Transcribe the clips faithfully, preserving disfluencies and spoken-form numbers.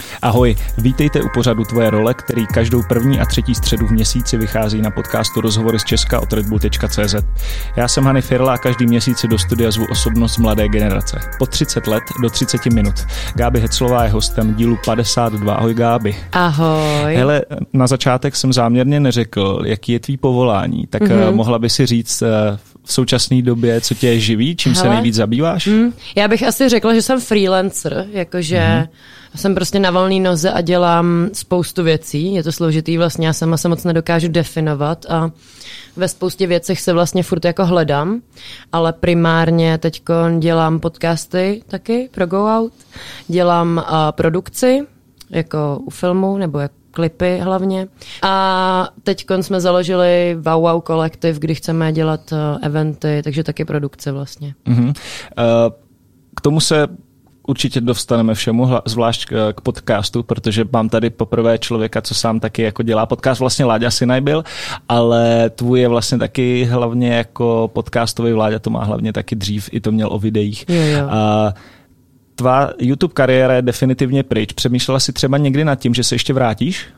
Ahoj, vítejte u pořadu Tvoje role, který každou první a třetí středu v měsíci vychází na podcastu Rozhovory z Česka od redbull tečka cé zet. Já jsem Hany Firla a každý měsíc si do studia zvu osobnost mladé generace. Po třicet let do třicet minut. Gáby Heclová je hostem dílu padesát dva. Ahoj Gáby. Ahoj. Hele, na začátek jsem záměrně neřekl, jaký je tvý povolání, tak mm-hmm. mohla by si říct v současné době, co tě živí, čím Hele. se nejvíc zabýváš? Mm, já bych asi řekla, že jsem freelancer, jakože mm-hmm. jsem prostě na volné noze a dělám spoustu věcí. Je to složitý, vlastně já sama se moc nedokážu definovat a ve spoustě věcech se vlastně furt jako hledám, ale primárně teďko dělám podcasty taky pro Go Out, dělám uh, produkci, jako u filmu nebo jako klipy hlavně. A teď jsme založili Wow Wow kolektiv, kdy chceme dělat uh, eventy, takže taky produkce vlastně. Mm-hmm. Uh, k tomu se určitě dostaneme všemu, zvlášť k podcastu, protože mám tady poprvé člověka, co sám taky jako dělá podcast, vlastně Láďa Sinaj byl, ale tvůj je vlastně taky hlavně jako podcastový, Láďa to má hlavně taky dřív, i to měl o videích. Jo, jo. Uh, tvá YouTube kariéra je definitivně pryč. Přemýšlela jsi třeba někdy nad tím, že se ještě vrátíš?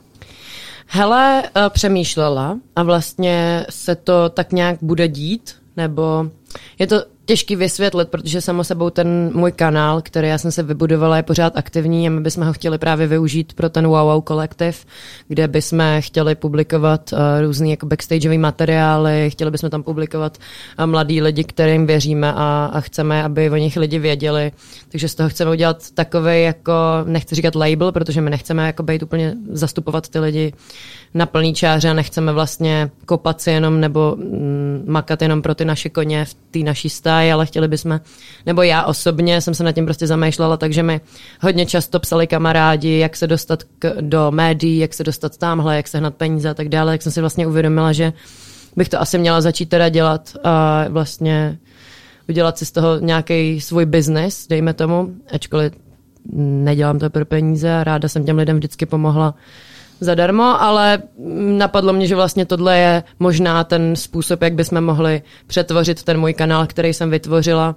Hele, přemýšlela a vlastně se to tak nějak bude dít, nebo je to těžký vysvětlit, protože samo sebou ten můj kanál, který já jsem se vybudovala, je pořád aktivní a my bychom ho chtěli právě využít pro ten Wow Wow kolektiv, kde bychom chtěli publikovat uh, různý jako backstageový materiály, chtěli bychom tam publikovat uh, mladý lidi, kterým věříme a, a chceme, aby o nich lidi věděli. Takže z toho chceme udělat takovej jako, nechci říkat label, protože my nechceme jako být úplně zastupovat ty lidi na plný čáře a nechceme vlastně kopat si jenom nebo mm, makat jenom pro ty naše koně v té naší stáji, ale chtěli bychom, nebo já osobně jsem se nad tím prostě zamýšlela, takže mi hodně často psali kamarádi, jak se dostat k, do médií, jak se dostat tamhle, jak sehnat peníze a tak dále, tak jsem si vlastně uvědomila, že bych to asi měla začít teda dělat a vlastně udělat si z toho nějaký svůj biznis, dejme tomu, ačkoliv nedělám to pro peníze a ráda jsem těm lidem vždycky pomohla zadarmo, ale napadlo mě, že vlastně tohle je možná ten způsob, jak bychom mohli přetvořit ten můj kanál, který jsem vytvořila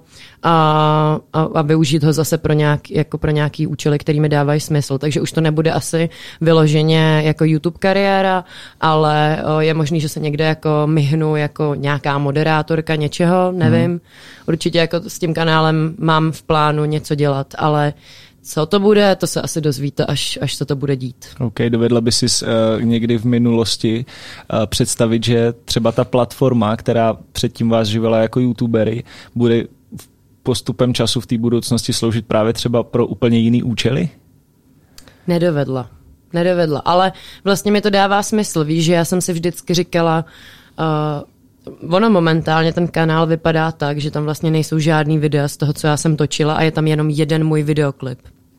a, a, a využít ho zase pro, nějak, jako pro nějaký účely, který mi dávají smysl. Takže už to nebude asi vyloženě jako YouTube kariéra, ale je možný, že se někde jako myhnu jako nějaká moderátorka něčeho, nevím. Hmm. Určitě jako s tím kanálem mám v plánu něco dělat, ale co to bude, to se asi dozvíte, až, až se to bude dít. OK, dovedla by si uh, někdy v minulosti uh, představit, že třeba ta platforma, která předtím vás živila jako youtubery, bude postupem času v té budoucnosti sloužit právě třeba pro úplně jiný účely? Nedovedla. Nedovedla, ale vlastně mi to dává smysl. Víš, že já jsem si vždycky říkala, uh, ono momentálně ten kanál vypadá tak, že tam vlastně nejsou žádný videa z toho, co já jsem točila a je tam jenom jeden můj videoklip.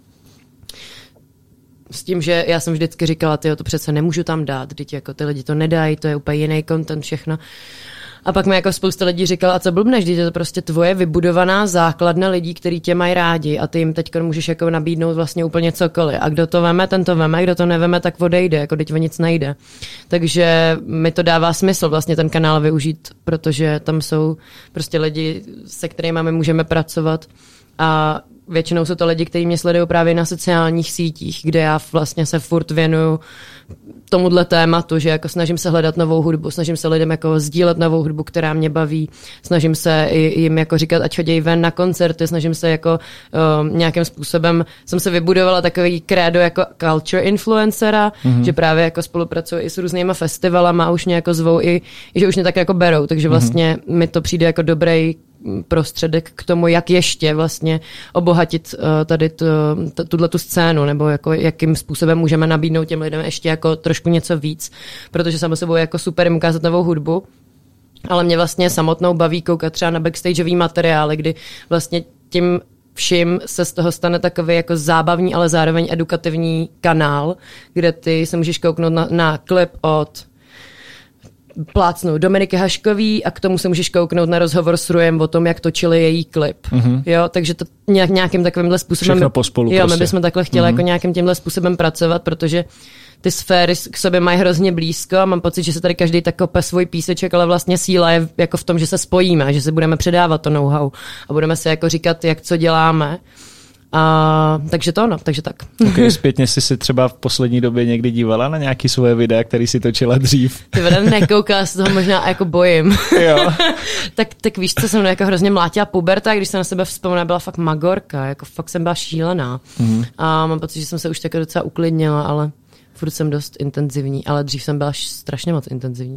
S tím, že já jsem vždycky říkala, tyjo, to přece nemůžu tam dát, vždyť jako ty lidi to nedají, to je úplně jiný content, všechno. A pak mi jako spousta lidí říkala, a co blbneš, vždyť je to prostě tvoje vybudovaná základna lidí, kteří tě mají rádi a ty jim teď můžeš jako nabídnout vlastně úplně cokoliv. A kdo to veme, ten to veme, kdo to neveme, tak odejde, jako teď o nic nejde. Takže mi to dává smysl vlastně ten kanál využít, protože tam jsou prostě lidi, se kterými my můžeme pracovat a většinou jsou to lidi, kteří mě sledují právě na sociálních sítích, kde já vlastně se furt věnuju tomuhle tématu, že jako snažím se hledat novou hudbu, snažím se lidem jako sdílet novou hudbu, která mě baví, snažím se jim jako říkat, ať chodějí ven na koncerty, snažím se jako um, nějakým způsobem, jsem se vybudovala takový krédo jako culture influencera, mm-hmm. že právě jako spolupracuji i s různýma festivalama a už mě jako zvou i, i že už mě tak jako berou, takže vlastně mm-hmm. mi to přijde jako dobrý prostředek k tomu, jak ještě vlastně obohatit uh, tady tuhletu scénu, nebo jako jakým způsobem můžeme nabídnout těm lidem ještě jako trošku něco víc, protože samo sebou je jako super jim ukázat novou hudbu, ale mě vlastně samotnou baví koukat třeba na backstageový materiály, kdy vlastně tím vším se z toho stane takový jako zábavní, ale zároveň edukativní kanál, kde ty se můžeš kouknout na, na klip od plácnu Dominiky Haškový a k tomu se můžeš kouknout na rozhovor s Rujem o tom, jak točili její klip. Mm-hmm. Jo, takže to nějak, nějakým takovýmhle způsobem... Všechno pospolu jo, prostě. my bychom takhle chtěli mm-hmm. jako nějakým tímhle způsobem pracovat, protože ty sféry k sobě mají hrozně blízko a mám pocit, že se tady každý tak kope svůj píseček, ale vlastně síla je jako v tom, že se spojíme, že se budeme předávat to know-how a budeme se jako říkat, jak co děláme. A takže to no, takže tak. Okay, zpětně jsi si třeba v poslední době někdy dívala na nějaký svoje videa, který si točila dřív? Ty vede, nekoukala, se toho možná jako bojím. Jo. tak, tak víš, co jsem jako hrozně mlátila puberta, když jsem na sebe vzpomněla, byla fakt magorka, jako fakt jsem byla šílená. Mm. A mám pocit, že jsem se už tak docela uklidnila, ale furt jsem dost intenzivní, ale dřív jsem byla strašně moc intenzivní.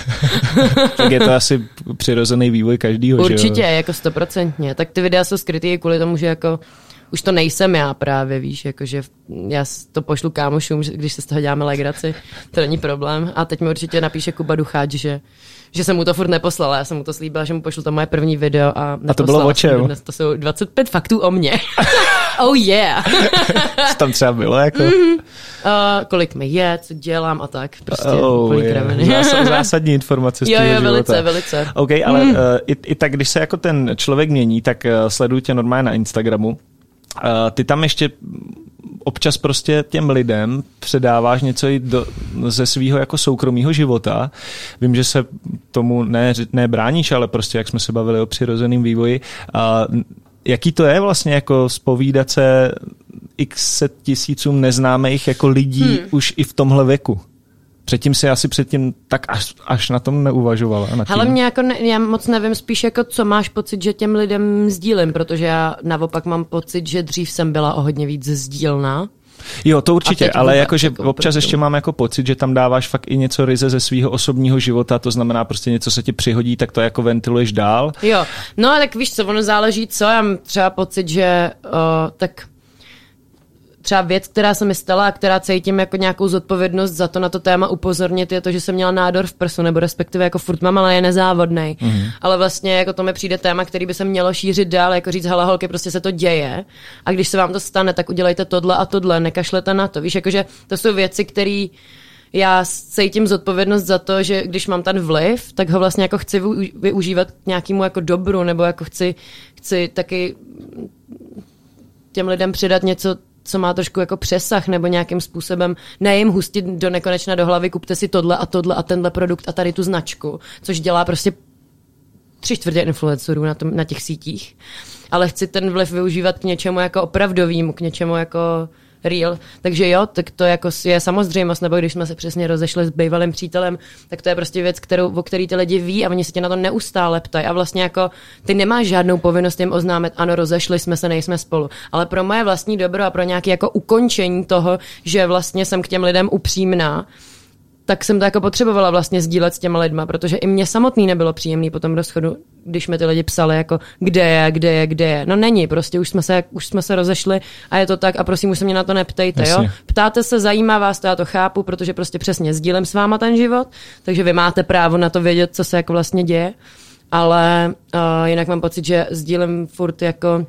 Tak je to asi přirozený vývoj každýho, určitě, že jo? jako stoprocentně. Tak ty videa jsou skrytý kvůli tomu, že jako už to nejsem já právě, víš, jakože já to pošlu kámošům, když se z toho děláme legraci, to není problém. A teď mi určitě napíše Kuba Ducháč, že, že jsem mu to furt neposlala, já jsem mu to slíbila, že mu pošlu to moje první video a A to bylo o čem? Dnes, to jsou dvacet pět faktů o mně. Oh yeah. Co tam třeba bylo, jako? Mm-hmm. Uh, kolik mi je, co dělám a tak, prostě oh, úplný kraviny. Zásad, zásadní informace z jo, toho jo, života. velice, velice. OK, ale mm. uh, i, i tak, když se jako ten člověk mění, tak uh, sleduju tě normálně na Instagramu. Uh, ty tam ještě občas prostě těm lidem předáváš něco i do, ze svého jako soukromého života. Vím, že se tomu ne, ne bráníš, ale prostě jak jsme se bavili o přirozeném vývoji. Uh, jaký to je vlastně jako zpovídat se x set tisícům neznámých jako lidí hmm. už i v tomhle věku? Předtím si asi předtím tak až, až na tom neuvažovala. Hele, mě jako ne, já moc nevím, spíš jako co máš pocit, že těm lidem sdílím, protože já naopak mám pocit, že dřív jsem byla o hodně víc sdílná. Jo, to určitě, ale jakože jako občas ještě mám jako pocit, že tam dáváš fakt i něco ryze ze svého osobního života, to znamená prostě něco se ti přihodí, tak to jako ventiluješ dál. Jo, no a tak víš co, ono záleží co, já mám třeba pocit, že uh, tak třeba věc, která se mi stala a která cítím jako nějakou zodpovědnost za to na to téma upozornit, je to, že jsem měla nádor v prsu, nebo respektive jako furt mám, ale je nezávodnej. Mm-hmm. Ale vlastně jako to mi přijde téma, který by se mělo šířit dál, jako říct, hele holky, prostě se to děje a když se vám to stane, tak udělejte tohle a tohle, nekašlete na to. Víš, jakože to jsou věci, které já cítím zodpovědnost za to, že když mám ten vliv, tak ho vlastně jako chci využívat k nějakému jako dobru, nebo jako chci, chci taky těm lidem přidat něco, co má trošku jako přesah, nebo nějakým způsobem ne jim hustit do nekonečna do hlavy, kupte si tohle a tohle a tenhle produkt a tady tu značku, což dělá prostě tři čtvrtě influencerů na, tom, na těch sítích. Ale chci ten vliv využívat k něčemu jako opravdovýmu, k něčemu jako real. Takže jo, tak to jako je samozřejmost, nebo když jsme se přesně rozešli s bývalým přítelem, tak to je prostě věc, kterou, o který ty lidi ví a oni se tě na to neustále ptají. A vlastně jako ty nemáš žádnou povinnost jim oznámit, ano, rozešli jsme se, nejsme spolu. Ale pro moje vlastní dobro a pro nějaké jako ukončení toho, že vlastně jsem k těm lidem upřímná, tak jsem to jako potřebovala vlastně sdílet s těma lidma, protože i mě samotný nebylo příjemný po tom rozchodu, když mi ty lidi psali jako kde je, kde je, kde je. No není, prostě už jsme se, už jsme se rozešli a je to tak a prosím, už se mě na to neptejte, Jasně. jo. Ptáte se, zajímá vás to, já to chápu, protože prostě přesně sdílím s váma ten život, takže vy máte právo na to vědět, co se jako vlastně děje, ale uh, jinak mám pocit, že sdílím furt jako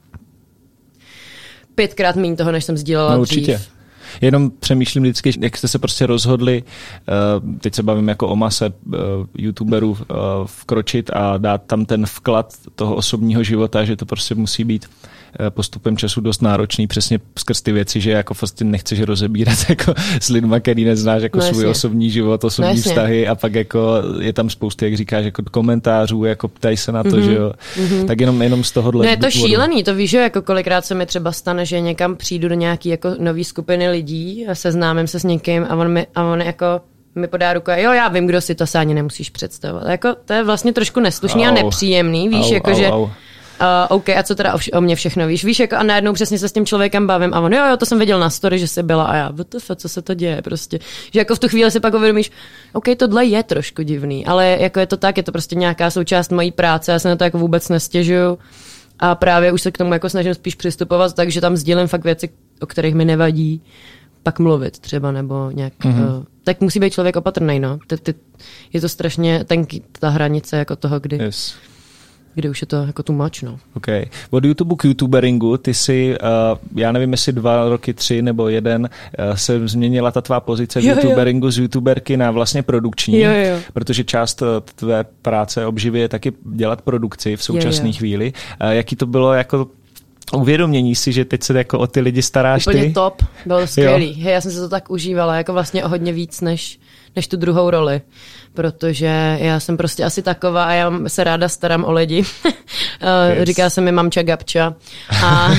pětkrát méně toho, než jsem sdílela no, dřív. Určitě. Jenom přemýšlím vždycky, jak jste se prostě rozhodli, teď se bavím jako o mase youtuberů, vkročit a dát tam ten vklad toho osobního života, že to prostě musí být postupem času dost náročný, přesně skrz ty věci, že jako vlastně nechceš rozebírat jako s lidma, který neznáš jako no, svůj osobní život, osobní no, vztahy a pak jako je tam spousty, jak říkáš, jako komentářů, jako ptají se na to, mm-hmm. že jo. Mm-hmm. Tak jenom, jenom z tohohle. No je to šílený, to víš, že jako kolikrát se mi třeba stane, že někam přijdu do nějaký jako nový skupiny lidí a seznámím se s někým a on mi, a on jako mi podá ruku a jo, já vím, kdo si to se ani nemusíš představovat. Jako, to je vlastně trošku neslušný au. a nepříjemný, víš, au, jakože Uh, OK, a co teda o, vš- o mě všechno víš? Víš, jako a najednou přesně se s tím člověkem bavím a on, jo, jo, to jsem viděl na story, že jsi byla a já, W T F, co se to děje prostě. Že jako v tu chvíli si pak uvědomíš, OK, tohle je trošku divný, ale jako je to tak, je to prostě nějaká součást mojí práce, já se na to jako vůbec nestěžuju a právě už se k tomu jako snažím spíš přistupovat, takže tam sdílím fakt věci, o kterých mi nevadí pak mluvit třeba, nebo nějak, mm-hmm. uh, tak musí být člověk opatrný, no. Ty, ty, je to strašně tenký, ta hranice jako toho, kdy... Yes. Kde už je to jako tu mač, no. OK. Od YouTube k YouTuberingu, ty si, uh, já nevím, jestli dva roky, tři nebo jeden, uh, se změnila ta tvá pozice v jo, YouTuberingu jo. z YouTuberky na vlastně produkční, jo, jo. protože část tvé práce obživy je taky dělat produkci v současné chvíli. Uh, jaký to bylo jako uvědomění si, že teď se jako o ty lidi staráš úplně ty. Top, bylo to skvělý. Hej, já jsem se to tak užívala, jako vlastně o hodně víc než, než tu druhou roli, protože já jsem prostě asi taková a já se ráda starám o lidi. Yes. Říká se mi mamča Gabča. A,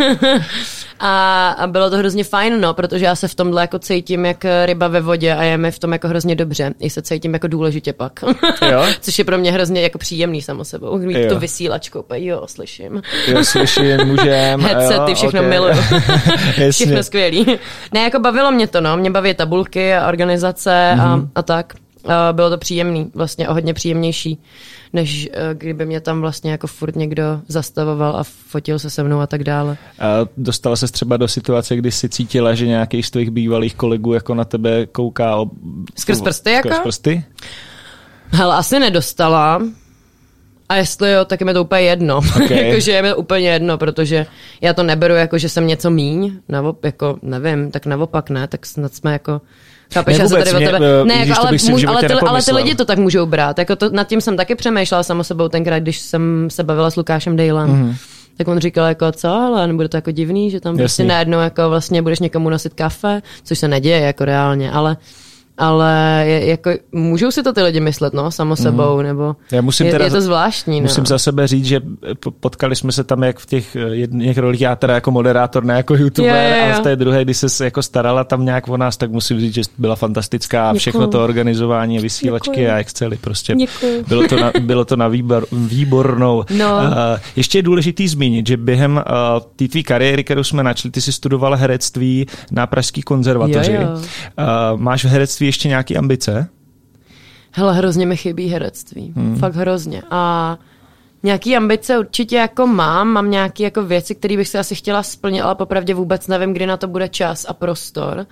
a, a bylo to hrozně fajn, no, protože já se v tomhle jako cítím jak ryba ve vodě a je mi v tom jako hrozně dobře. I se cítím jako důležitě pak. Jo? Což je pro mě hrozně jako příjemný samo sebou. Mít tu vysílačku, jo, slyším. Jo, slyším, můžem. Headsety, všechno okay. Miluju. Všechno skvělý. Ne, jako bavilo mě to, no. Mě baví tabulky a organizace mm-hmm. a, a tak. A bylo to příjemný, vlastně o hodně příjemnější, než kdyby mě tam vlastně jako furt někdo zastavoval a fotil se se mnou a tak dále. A dostala ses třeba do situace, kdy jsi cítila, že nějaký z tvých bývalých kolegů jako na tebe kouká o... Skrz prsty jako? Skrz prsty? Hele, asi nedostala. A jestli jo, tak je mi to úplně jedno. Okay. Jakože je mi to úplně jedno, protože já to neberu jako, že jsem něco míň, navop, jako nevím, tak naopak ne, tak snad jsme jako... Chápeš, já se tady mě, o tebe... Ne, jako, ale, můž, ale, ty, ale ty lidi to tak můžou brát. Jako to, nad tím jsem taky přemýšlela samo sebou tenkrát, když jsem se bavila s Lukášem Dejlem. Mm-hmm. Tak on říkal jako co, ale nebude to jako divný, že tam prostě najednou jako vlastně budeš někomu nosit kafe, což se neděje jako reálně, ale... Ale je, jako, můžou si to ty lidi myslet, no, samo sebou, mm. nebo já musím je, teda, je to zvláštní. Musím no. za sebe říct, že potkali jsme se tam jak v těch jedných rolích, já teda jako moderátor, ne jako youtuber, je, je, je. A v té druhé, kdy se jako starala tam nějak o nás, tak musím říct, že byla fantastická a všechno to organizování, vysílačky Děkuji. A Excely, prostě Děkuji. bylo to na, bylo to na výbor, výbornou. No. Uh, ještě je důležitý zmínit, že během uh, té tvý kariéry, kterou jsme načali, ty jsi studovala herectví na Pražské konzervatoři. Jo, jo. Uh, máš v herectví ještě nějaký ambice? Hele, hrozně mi chybí herectví. Hmm. Fakt hrozně. A nějaký ambice určitě jako mám. Mám nějaké jako věci, které bych si asi chtěla splnit, ale popravdě vůbec nevím, kdy na to bude čas a prostor.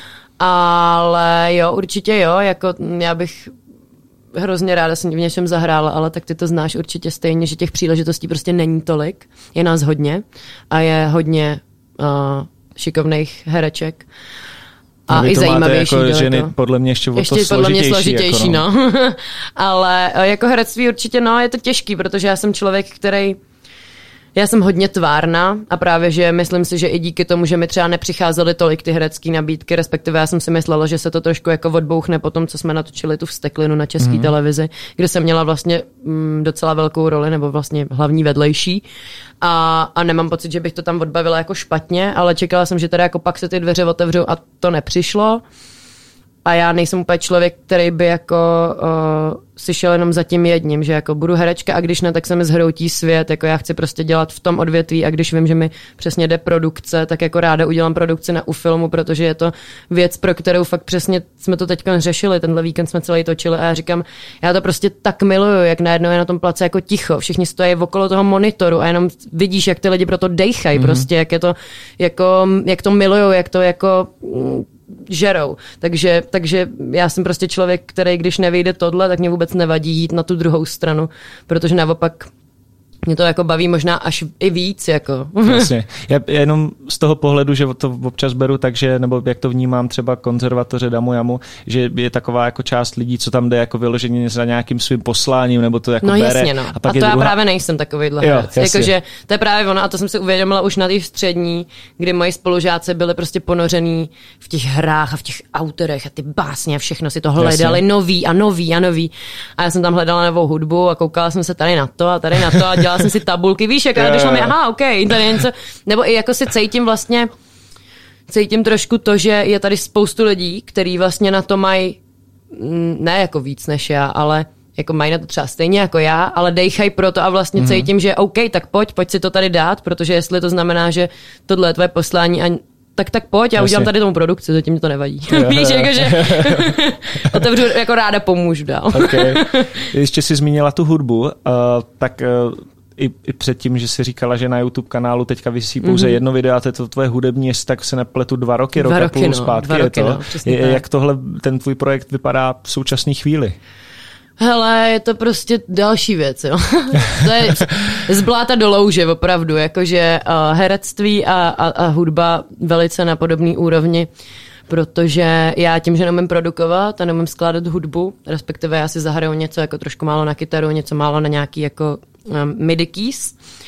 Ale jo, určitě jo. Jako já bych hrozně ráda jsem v něčem zahrála, ale tak ty to znáš určitě stejně, že těch příležitostí prostě není tolik. Je nás hodně a je hodně uh, šikovných hereček. A no, i zajímavější. Jako ženy to. Podle mě ještě o ještě to podle mě složitější. Jako no. no. Ale jako herectví určitě no, je to těžký, protože já jsem člověk, který já jsem hodně tvárna a právě, že myslím si, že i díky tomu, že mi třeba nepřicházely tolik ty herecké nabídky, respektive já jsem si myslela, že se to trošku jako odbouchne po tom, co jsme natočili tu Vsteklinu na České mm. televizi, kde jsem měla vlastně mm, docela velkou roli, nebo vlastně hlavní vedlejší. A, a nemám pocit, že bych to tam odbavila jako špatně, ale čekala jsem, že teda jako pak se ty dveře otevřou a to nepřišlo. A já nejsem úplně člověk, který by jako uh, si šel jenom za tím jedním, že jako budu herečka a když ne, tak se mi zhroutí svět, jako já chci prostě dělat v tom odvětví a když vím, že mi přesně jde produkce, tak jako ráda udělám produkci na u filmu, protože je to věc, pro kterou fakt přesně jsme to teďka řešili, tenhle víkend jsme celý točili a já říkám, já to prostě tak miluju, jak najednou je na tom place jako ticho, všichni stojí okolo toho monitoru a jenom vidíš, jak ty lidi pro to dejchají, mm-hmm. prostě, jak je to, jako, jak to milujou, jak to jako žerou. Takže, takže já jsem prostě člověk, který když nevyjde tohle, tak mě vůbec nevadí jít na tu druhou stranu, protože naopak mě to jako baví možná až i víc. Jako. Jasně. Já jenom z toho pohledu, že to občas beru, takže, nebo jak to vnímám třeba konzervatoře Damu Jamu, že je taková jako část lidí, co tam jde jako vyloženě za nějakým svým posláním, nebo to jako no, bere. Jasně, no. A, pak a to druhá... já právě nejsem takovýhle herec. Jakože to je právě ono, a to jsem si uvědomila už na té střední, kdy moji spolužáci byli prostě ponořený v těch hrách a v těch autorech a ty básně a všechno si to hledali jasně. nový a nový a nový. A já jsem tam hledala novou hudbu a koukala jsem se tady na to a tady na to a dělala jsem si tabulky, víš, jak došlo mi, aha, ok, tady něco, nebo i jako si cítím vlastně, cítím trošku to, že je tady spoustu lidí, kteří vlastně na to mají, ne jako víc než já, ale jako mají na to třeba stejně jako já, ale dejchají pro to a vlastně mm. cítím, že ok, tak pojď, pojď si to tady dát, protože jestli to znamená, že tohle je tvoje poslání a tak tak pojď, já udělám tady tomu produkci, zatím mi to nevadí. Víš, jakože otevřu, jako ráda pomůžu dál. Okay. Ještě jsi zmínila tu hudbu, uh, tak uh, i, i předtím, že jsi říkala, že na YouTube kanálu teďka vysí pouze mm-hmm. jedno video a to je to tvoje hudební, jestli tak se nepletu dva roky, dva roka půl no, zpátky dva roky, je to. No, je, jak tohle, ten tvůj projekt vypadá v současné chvíli? Hele, je to prostě další věc, jo. To je z bláta do louže, opravdu, jakože uh, herectví a, a, a hudba velice na podobné úrovni, protože já tím, že neumím produkovat a neumím skládat hudbu, respektive já si zahraju něco jako trošku málo na kytaru, něco málo na nějaký jako um, midi keys,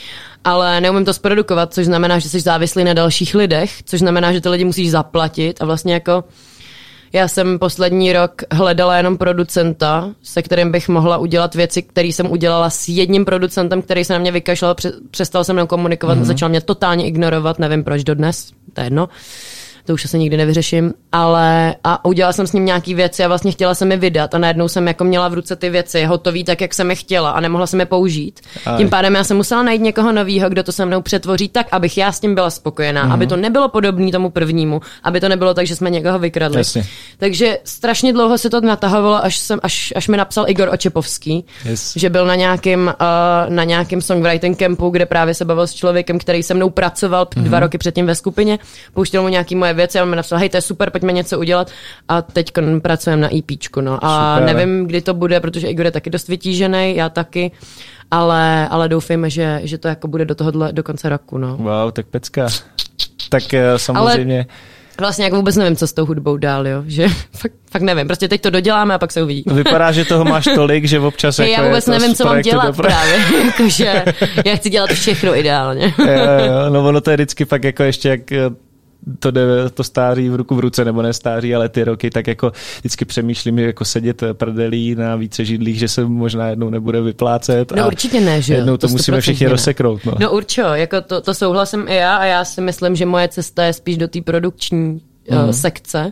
ale neumím to zprodukovat, což znamená, že jsi závislý na dalších lidech, což znamená, že ty lidi musíš zaplatit a vlastně jako já jsem poslední rok hledala jenom producenta, se kterým bych mohla udělat věci, které jsem udělala s jedním producentem, který se na mě vykašlal, přestal se mnou komunikovat, mm-hmm. začal mě totálně ignorovat, nevím proč dodnes, to je jedno. To už asi nikdy nevyřeším, ale a udělala jsem s ním nějaký věci a vlastně chtěla jsem je vydat a najednou jsem jako měla v ruce ty věci hotový tak, jak jsem je chtěla a nemohla jsem je použít. Aj. Tím pádem já jsem musela najít někoho novýho, kdo to se mnou přetvoří tak, abych já s tím byla spokojená, mm-hmm. aby to nebylo podobné tomu prvnímu, aby to nebylo tak, že jsme někoho vykradli. Jasně. Takže strašně dlouho se to natahovalo, až jsem až, až mi napsal Igor Očepovský, yes. že byl na nějakým uh, na nějakým songwriting campu, kde právě se bavil s člověkem, který se mnou pracoval mm-hmm. dva roky předtím ve skupině, pouštěl mu nějaký moje věci a on mi napsal, hej, to je super, pojďme něco udělat a teď pracujeme na EPčku, no. A super. Nevím, kdy to bude, protože Igor je taky dost vytížený, já taky, ale, ale doufejme, že, že to jako bude do tohohle, do konce roku, no. Wow, tak pecka. Tak samozřejmě... Ale vlastně jako vůbec nevím, co s tou hudbou dál, jo, že fakt, fakt nevím, prostě teď to doděláme a pak se uvidí. Vypadá, že toho máš tolik, že občas jako já vůbec nevím, co mám dělat dopra- právě, jakože já chci dělat všechno ideálně. jo, jo, no ono to je vždycky fakt jako ještě jak to jde, to stáří v ruku v ruce, nebo ne stáří, ale ty roky, tak jako vždycky přemýšlím, že jako sedět prdelí na více židlích, že se možná jednou nebude vyplácet. No určitě ne, že jednou to, to musíme všichni rozseknout. No, no určitě, jako to, to souhlasím i já a já si myslím, že moje cesta je spíš do té produkční mm. uh, sekce,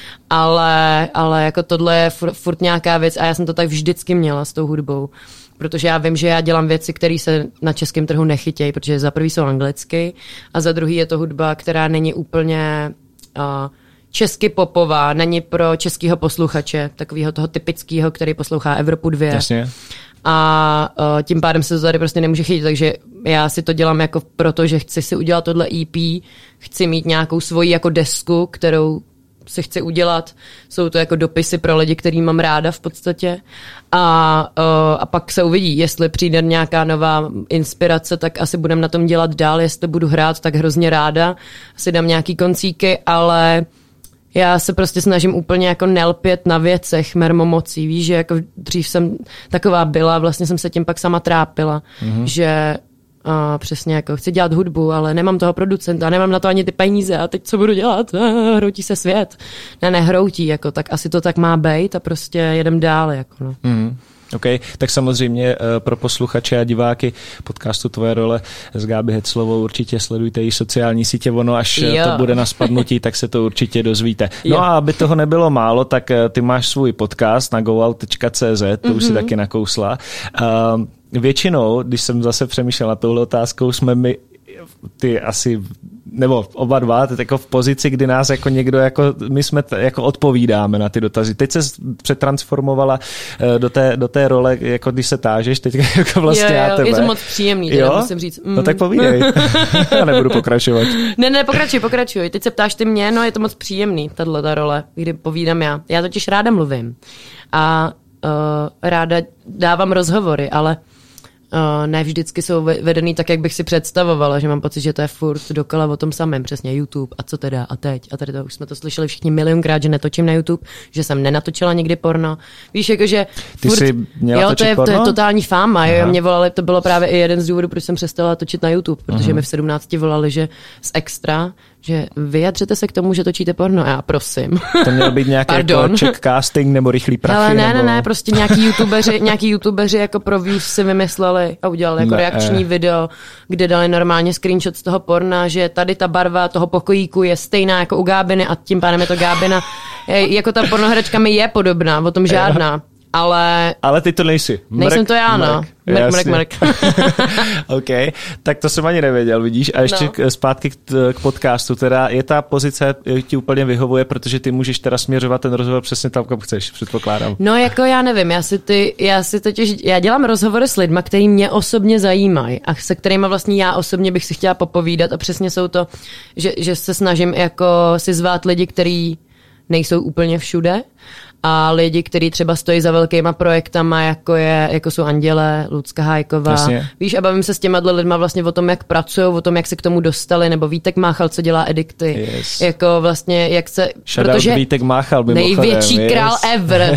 ale, ale jako tohle je furt, furt nějaká věc a já jsem to tak vždycky měla s tou hudbou. Protože já vím, že já dělám věci, které se na českém trhu nechytějí, protože za prvý jsou anglicky a za druhý je to hudba, která není úplně uh, česky popová, není pro českého posluchače, takového toho typického, který poslouchá Evropu dva. Jasně. A uh, tím pádem se to tady prostě nemůže chytit, takže já si to dělám jako proto, že chci si udělat tohle E P, chci mít nějakou svoji jako desku, kterou si chci udělat. Jsou to jako dopisy pro lidi, který mám ráda v podstatě. A, uh, a pak se uvidí, jestli přijde nějaká nová inspirace, tak asi budem na tom dělat dál. Jestli budu hrát, tak hrozně ráda. Asi dám nějaký koncíky, ale já se prostě snažím úplně jako nelpět na věcech mermomocí. Víš, že jako dřív jsem taková byla, vlastně jsem se tím pak sama trápila, mm-hmm. že a přesně jako chci dělat hudbu, ale nemám toho producenta, nemám na to ani ty peníze a teď co budu dělat? Ah, hroutí se svět. Ne, nehroutí, jako, tak asi to tak má být a prostě jedem dál. Jako, no. Mm. OK, tak samozřejmě pro posluchače a diváky podcastu Tvoje role s Gáby Heclovou určitě sledujte její sociální sítě, ono až jo. to bude na spadnutí, tak se to určitě dozvíte. No jo. A aby toho nebylo málo, tak ty máš svůj podcast na goout tečka cé zet, to mm-hmm. už si taky nakousla. Uh, většinou, když jsem zase přemýšlel na touhle otázkou, jsme my ty asi, nebo oba dva, teď jako v pozici, kdy nás jako někdo, jako my jsme t, jako odpovídáme na ty dotazy. Teď se přetransformovala do té, do té role, jako když se tážeš, teď jako vlastně jo, jo, já tebe. Je to moc příjemný, teda musím říct. Mm. No tak povídej. Já nebudu pokračovat. Ne, ne, pokračuj, pokračuj. Teď se ptáš ty mě, no je to moc příjemný, tahle ta role, kdy povídám já. Já totiž ráda mluvím a uh, ráda dávám rozhovory, ale Uh, ne vždycky jsou vedený tak, jak bych si představovala, že mám pocit, že to je furt dokola o tom samém, přesně YouTube a co teda a teď. A tady to už jsme to slyšeli všichni milionkrát, že netočím na YouTube, že jsem nenatočila nikdy porno. Víš, jakože Ty furt, jsi měla jo, točit to je, porno? to je totální fáma. Jo, mě volali, to bylo právě i jeden z důvodů, proč jsem přestala točit na YouTube, protože uh-huh. mi v sedmnácti volali, že z Extra, že vyjadřete se k tomu, že točíte porno. Já prosím. To měl být nějaký jako check casting nebo rychlý prachy? Ale ne, nebo... ne, ne, prostě nějaký youtubeři, nějaký youtubeři jako pro views si vymysleli a udělali jako ne, reakční eh. video, kde dali normálně screenshot z toho porna, že tady ta barva toho pokojíku je stejná jako u Gábiny a tím pádem je to Gábina. Jako ta pornoherečka mi je podobná, o tom žádná. Ale... Ale ty to nejsi. Mrk, Nejsem to já, no. Mrk, mrk, mrk. OK, tak to jsem ani nevěděl, vidíš. A ještě no. zpátky k, k podcastu. Teda je ta pozice, ti úplně vyhovuje, protože ty můžeš teda směřovat ten rozhovor přesně tam, kam chceš, předpokládám. No jako já nevím, já si ty, já si totiž, já dělám rozhovory s lidma, který mě osobně zajímají a se kterýma vlastně já osobně bych si chtěla popovídat a přesně jsou to, že, že se snažím jako si zvát lidi, který nejsou úplně všude. A lidi, kteří třeba stojí za velkýma projektama, jako, je, jako jsou Anděle, Lucka Hájková. Jasně. Víš, a bavím se s těma lidma vlastně o tom, jak pracují, o tom, jak se k tomu dostali, nebo Vítek Máchal, co dělá edikty. Yes. Jako vlastně, jak se... Shoutout protože Vítek Máchal, největší yes. král ever.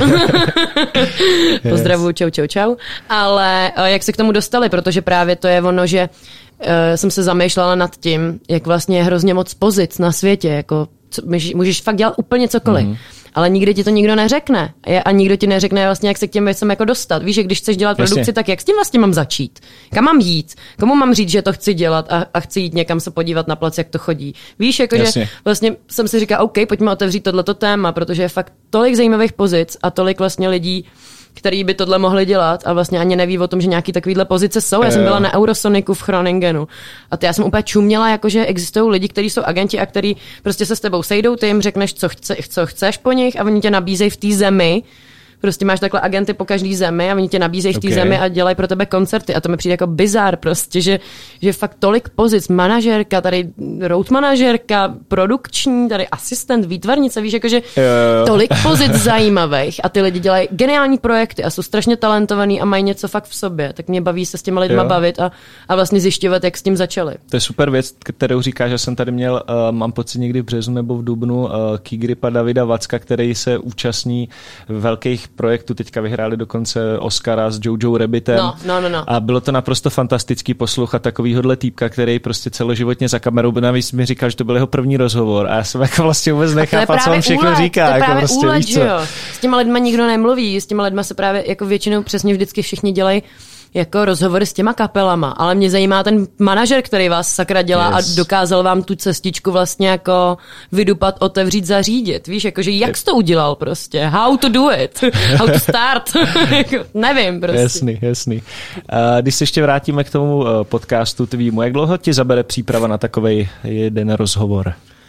Pozdravuju, čau, čau, čau. Ale jak se k tomu dostali, protože právě to je ono, že uh, jsem se zamýšlela nad tím, jak vlastně je hrozně moc pozic na světě, jako co, můžeš fakt dělat úplně cokoliv. Mm-hmm. Ale nikdy ti to nikdo neřekne. A nikdo ti neřekne vlastně, jak se k těm věcem jako dostat. Víš, že když chceš dělat Jasně. produkci, tak jak s tím vlastně mám začít? Kam mám jít? Komu mám říct, že to chci dělat a, a chci jít někam se podívat na plac, jak to chodí? Víš, jakože vlastně jsem si říkala, OK, pojďme otevřít tohleto téma, protože je fakt tolik zajímavých pozic a tolik vlastně lidí, který by tohle mohli dělat a vlastně ani neví o tom, že nějaký takovýhle pozice jsou. Já jsem byla na Eurosoniku v Chroningenu a ty já jsem úplně čuměla, jakože existují lidi, kteří jsou agenti a kteří prostě se s tebou sejdou, ty jim řekneš, co, chce, co chceš po nich a oni tě nabízejí v té zemi. Prostě máš takhle agenty po každý zemi a oni tě nabízejí v té okay. zemi a dělají pro tebe koncerty a to mi přijde jako bizár prostě, že, že fakt tolik pozic, manažerka, tady road manažerka, produkční, tady asistent, výtvarnice, víš, jakože tolik pozic zajímavých a ty lidi dělají geniální projekty a jsou strašně talentovaní a mají něco fakt v sobě, tak mě baví se s těma lidma jo. bavit a, a vlastně zjišťovat, jak s tím začali. To je super věc, kterou říká, že jsem tady měl, uh, mám pocit někdy v březnu nebo v dubnu, uh, Kýgripa Davida Vacka, který se účastní velkých projektů, teďka vyhráli dokonce Oscara s Jojo Rabbitem. No, no, no, no. A bylo to naprosto fantastický poslouchat takovýhodle týpka, který prostě celoživotně za kamerou, navíc mi říkal, že to byl jeho první rozhovor a já jsem jako vlastně vůbec nechápal, co on všechno úlet, říká. To je jako právě prostě, úlet, víš co? jo. S těma lidma nikdo nemluví, s těma lidma se právě jako většinou přesně vždycky všichni dělají jako rozhovory s těma kapelama, ale mě zajímá ten manažer, který vás sakra dělá yes. a dokázal vám tu cestičku vlastně jako vydupat, otevřít, zařídit. Víš, jakože jak jsi to udělal prostě? How to do it? How to start? Nevím prostě. Jasný, jasný. Když se ještě vrátíme k tomu podcastu tvýmu, jak dlouho ti zabere příprava na takovej jeden rozhovor?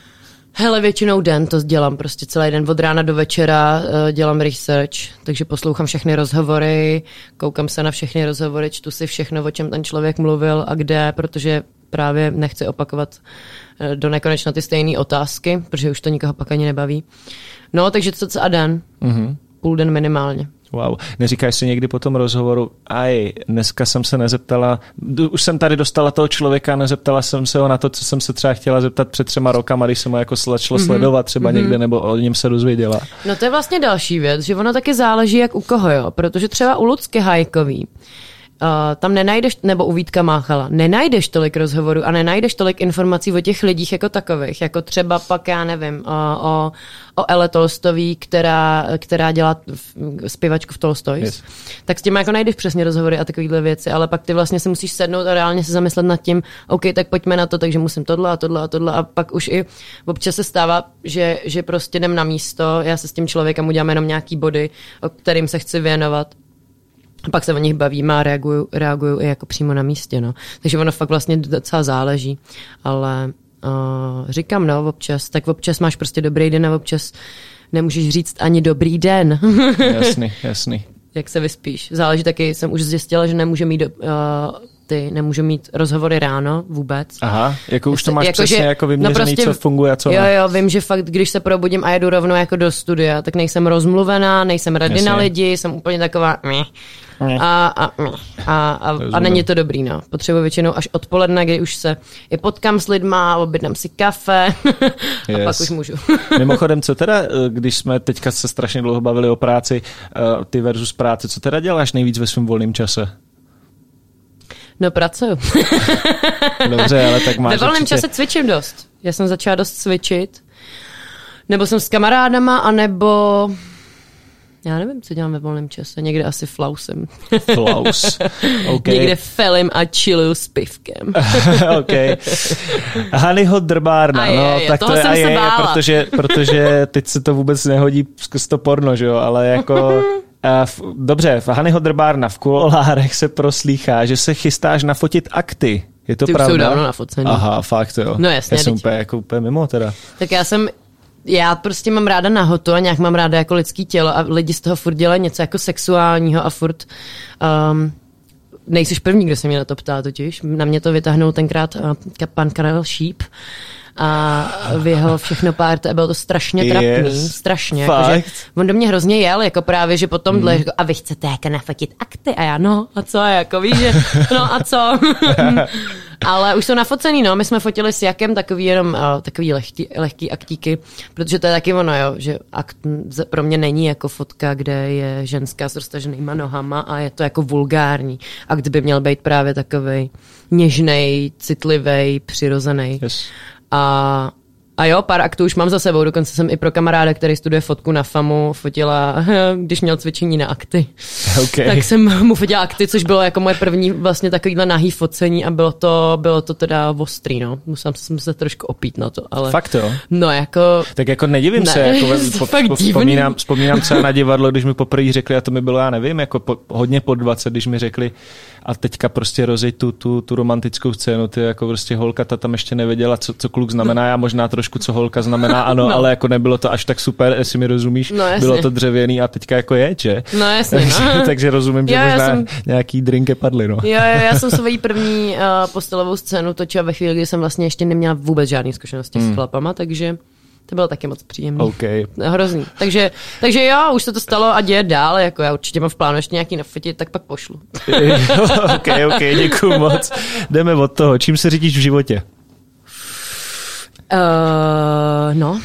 Hele, většinou den to dělám, prostě celý den od rána do večera uh, dělám research, takže poslouchám všechny rozhovory, koukám se na všechny rozhovory, čtu si všechno, o čem ten člověk mluvil a kde, protože právě nechci opakovat uh, do nekonečna ty stejné otázky, protože už to nikoho pak ani nebaví. No, takže co co a den, mm-hmm. půl den minimálně. Wow. Neříkáš si někdy po tom rozhovoru, aj, dneska jsem se nezeptala, už jsem tady dostala toho člověka, nezeptala jsem se ho na to, co jsem se třeba chtěla zeptat před třema rokama, když jsem ho jako začala mm-hmm. sledovat třeba mm-hmm. někde, nebo o něm se dozvěděla. No to je vlastně další věc, že ono taky záleží jak u koho, jo, protože třeba u Lucky Hájkový, Uh, tam nenajdeš, nebo u Vítka Máchala, nenajdeš tolik rozhovorů a nenajdeš tolik informací o těch lidích jako takových, jako třeba pak, já nevím, uh, o, o Elle Tolstový, která, která dělá zpěvačku v Tolstojs, yes. tak s tím jako najdeš přesně rozhovory a takovýhle věci, ale pak ty vlastně se musíš sednout a reálně se zamyslet nad tím, OK, tak pojďme na to, takže musím tohle a tohle a tohle a pak už i občas se stává, že, že prostě jdem na místo, já se s tím člověkem udělám jenom nějaký body, o kterým se chci věnovat. A pak se o nich bavíme a reaguju, reaguju i jako přímo na místě, no. Takže ono fakt vlastně docela záleží, ale uh, říkám, no, občas, tak občas máš prostě dobrý den a občas nemůžeš říct ani dobrý den. Jasný, jasný. Jak se vyspíš. Záleží taky, jsem už zjistila, že nemůže mít do, uh, ty nemůžu mít rozhovory ráno vůbec. Aha, jako už to máš jako, přesně že, jako vyměřený, no prostě, co funguje a co jo, ne. Jo, vím, že fakt, když se probudím a jedu rovnou jako do studia, tak nejsem rozmluvená, nejsem ready na lidi, jsem úplně taková a, a, a, a, a není to dobrý, no. Potřebuji většinou až odpoledne, kdy už se i potkám s lidma, objednám si kafe a yes. pak už můžu. Mimochodem, co teda, když jsme teďka se strašně dlouho bavili o práci, ty versus práce, co teda děláš nejvíc ve svém volném čase? No pracuju. Dobře, ale tak máš Ve volném určitě... čase cvičím dost. Já jsem začala dost cvičit. Nebo jsem s kamarádama, anebo... Já nevím, co dělám ve volném čase. Někde asi flausem. Flaus. Okay. Někde felím a chilluju s pivkem. OK. Hanyho Drbárna. A je, no, je, tak toho to je, jsem a se je, bála. Protože, protože teď se to vůbec nehodí skrz to porno, že jo, ale jako... V, dobře, v Hanyho Drbárna v kulolárech se proslýchá, že se chystáš nafotit akty. Je to Ty pravda? Ty už jsou dávno nafocený. Aha, fakt jo. No jasně. Já jsem úplně, jako úplně mimo teda. Tak já jsem, já prostě mám ráda nahotu a nějak mám ráda jako lidský tělo a lidi z toho furt dělají něco jako sexuálního a furt... Um, nejsiš první, kdo se mě na to ptá totiž. Na mě to vytáhnul tenkrát uh, pan Karel Šíp. a v jeho všechno párty a bylo to strašně trapný, yes. strašně. Jakože on do mě hrozně jel, jako právě, že potom dle, mm. jako, a vy chcete jako nafotit akty a já no a co, jako víš, že no a co. Ale už jsou nafocený, no, my jsme fotili s Jakem takový jenom uh, takový lehký, lehký aktíky, protože to je taky ono, jo, že akt pro mě není jako fotka, kde je ženská s roztaženýma nohama a je to jako vulgární. Akt by měl být právě takovej něžnej, citlivej, přirozený. Yes. A A jo, pár aktů už mám za sebou, dokonce jsem i pro kamaráda, který studuje fotku na FAMu, fotila, když měl cvičení na akty. Okay. Tak jsem mu fotila akty, což bylo jako moje první vlastně takovýhle nahý focení a bylo to, bylo to teda ostrý, no. Musela jsem se trošku opít na to, ale... Fakt jo? No jako... Tak jako nedivím ne, se, jako po, po, vzpomínám, vzpomínám se na divadlo, když mi poprvé řekli, a to mi bylo, já nevím, jako po, hodně pod dvacet, když mi řekli, a teďka prostě rozjeď tu, tu, tu romantickou scénu, ty jako prostě holka, ta tam ještě nevěděla, co, co kluk znamená, já možná trošku, co holka znamená, ano, no. Ale jako nebylo to až tak super, jestli mi rozumíš, no, bylo to dřevěný a teďka jako je, že? No jasně, takže, no. takže rozumím, že jo, možná jsem... nějaký drinky padly, no. Jo, jo, já jsem svoji první uh, postelovou scénu točila ve chvíli, kdy jsem vlastně ještě neměla vůbec žádný zkušenosti hmm. s chlapama, takže to bylo taky moc příjemné. Okay. Hrozný. Takže, takže jo, už se to stalo a děje dál, jako já určitě mám v plánu ještě nějaký nafotit, tak pak pošlu. ok, ok, děkuju moc. Jdeme od toho. Čím se řídíš v životě? Uh, no.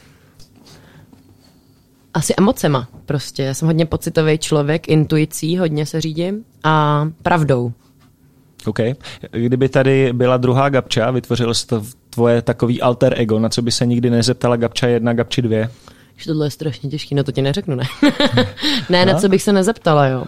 Asi emocema prostě. Já jsem hodně pocitový člověk, intuicí hodně se řídím a pravdou. OK. Kdyby tady byla druhá Gabča, vytvořil jsi to tvoje takový alter ego, na co by se nikdy nezeptala Gabča jedna, Gabči dvě? Že tohle je strašně těžký, no to ti neřeknu, ne? ne, no? Na co bych se nezeptala, jo.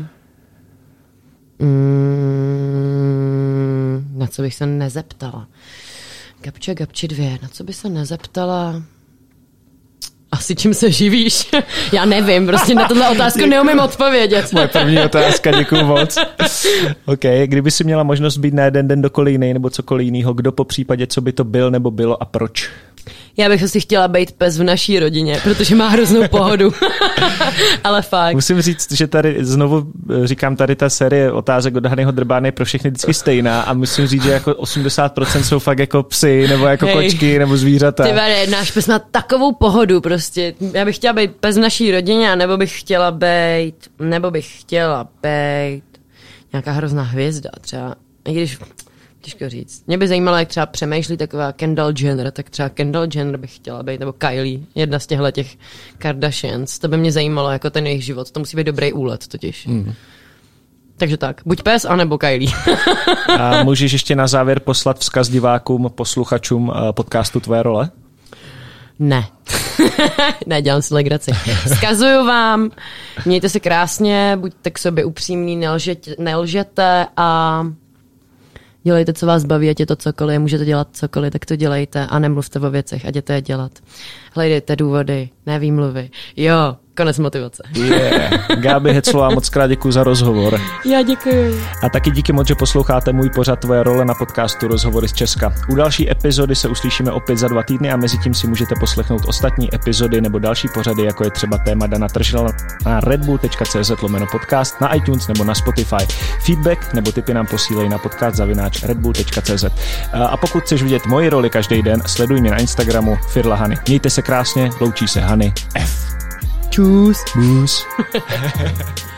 Mm, na co bych se nezeptala? Gabča, Gabči dvě, na co by se nezeptala? Asi čím se živíš? Já nevím, prostě na tuhle otázku neumím odpovědět. Moje první otázka, děkuju moc. OK, kdyby si měla možnost být na jeden den dokoliv jiný nebo cokoliv jiného, kdo po případě, co by to byl nebo bylo a proč? Já bych asi chtěla být pes v naší rodině, protože má hroznou pohodu. Ale fakt. Musím říct, že tady znovu říkám, tady ta série otázek od Hanyho Drbány je pro všechny vždycky stejná a musím říct, že jako osmdesát procent jsou fakt jako psy nebo jako Hej. kočky nebo zvířata. Ty vede, náš pes má takovou pohodu prostě. Já bych chtěla být pes v naší rodině, nebo bych chtěla být, nebo bych chtěla být nějaká hrozná hvězda třeba. I když... Těžko říct. Mě by zajímalo, jak třeba přemýšlí taková Kendall Jenner, tak třeba Kendall Jenner bych chtěla být, nebo Kylie, jedna z těchto těch Kardashians. To by mě zajímalo, jako ten jejich život. To musí být dobrý úlet totiž. Mm. Takže tak, buď pes, anebo Kylie. A můžeš ještě na závěr poslat vzkaz divákům, posluchačům podcastu Tvoje role? Ne. Ne, dělám si legraci. Vzkazuju vám, mějte se krásně, buďte k sobě upřímní, nelžete, nelžete a dělejte, co vás baví, ať je to cokoliv, můžete dělat cokoliv, tak to dělejte a nemluvte o věcech, ať je to je dělat. Hledejte důvody, ne výmluvy. Jo, konec motivace. Yeah. Gábi Heclová, moc krát děkuji za rozhovor. Já děkuji. A taky díky moc, že posloucháte můj pořad Tvoje role na podcastu Rozhovory z Česka. U další epizody se uslyšíme opět za dva týdny a mezi tím si můžete poslechnout ostatní epizody nebo další pořady, jako je třeba téma Dana Tržela na redbull tečka cz lomeno podcast, na iTunes nebo na Spotify. Feedback nebo tipy nám posílej na podcast zavináč redbull tečka cz. A pokud chceš vidět moji roli každý den, sleduj mě na Instagramu Firla Hany. Mějte se krásně, loučí se Hany F. Čus. Čus.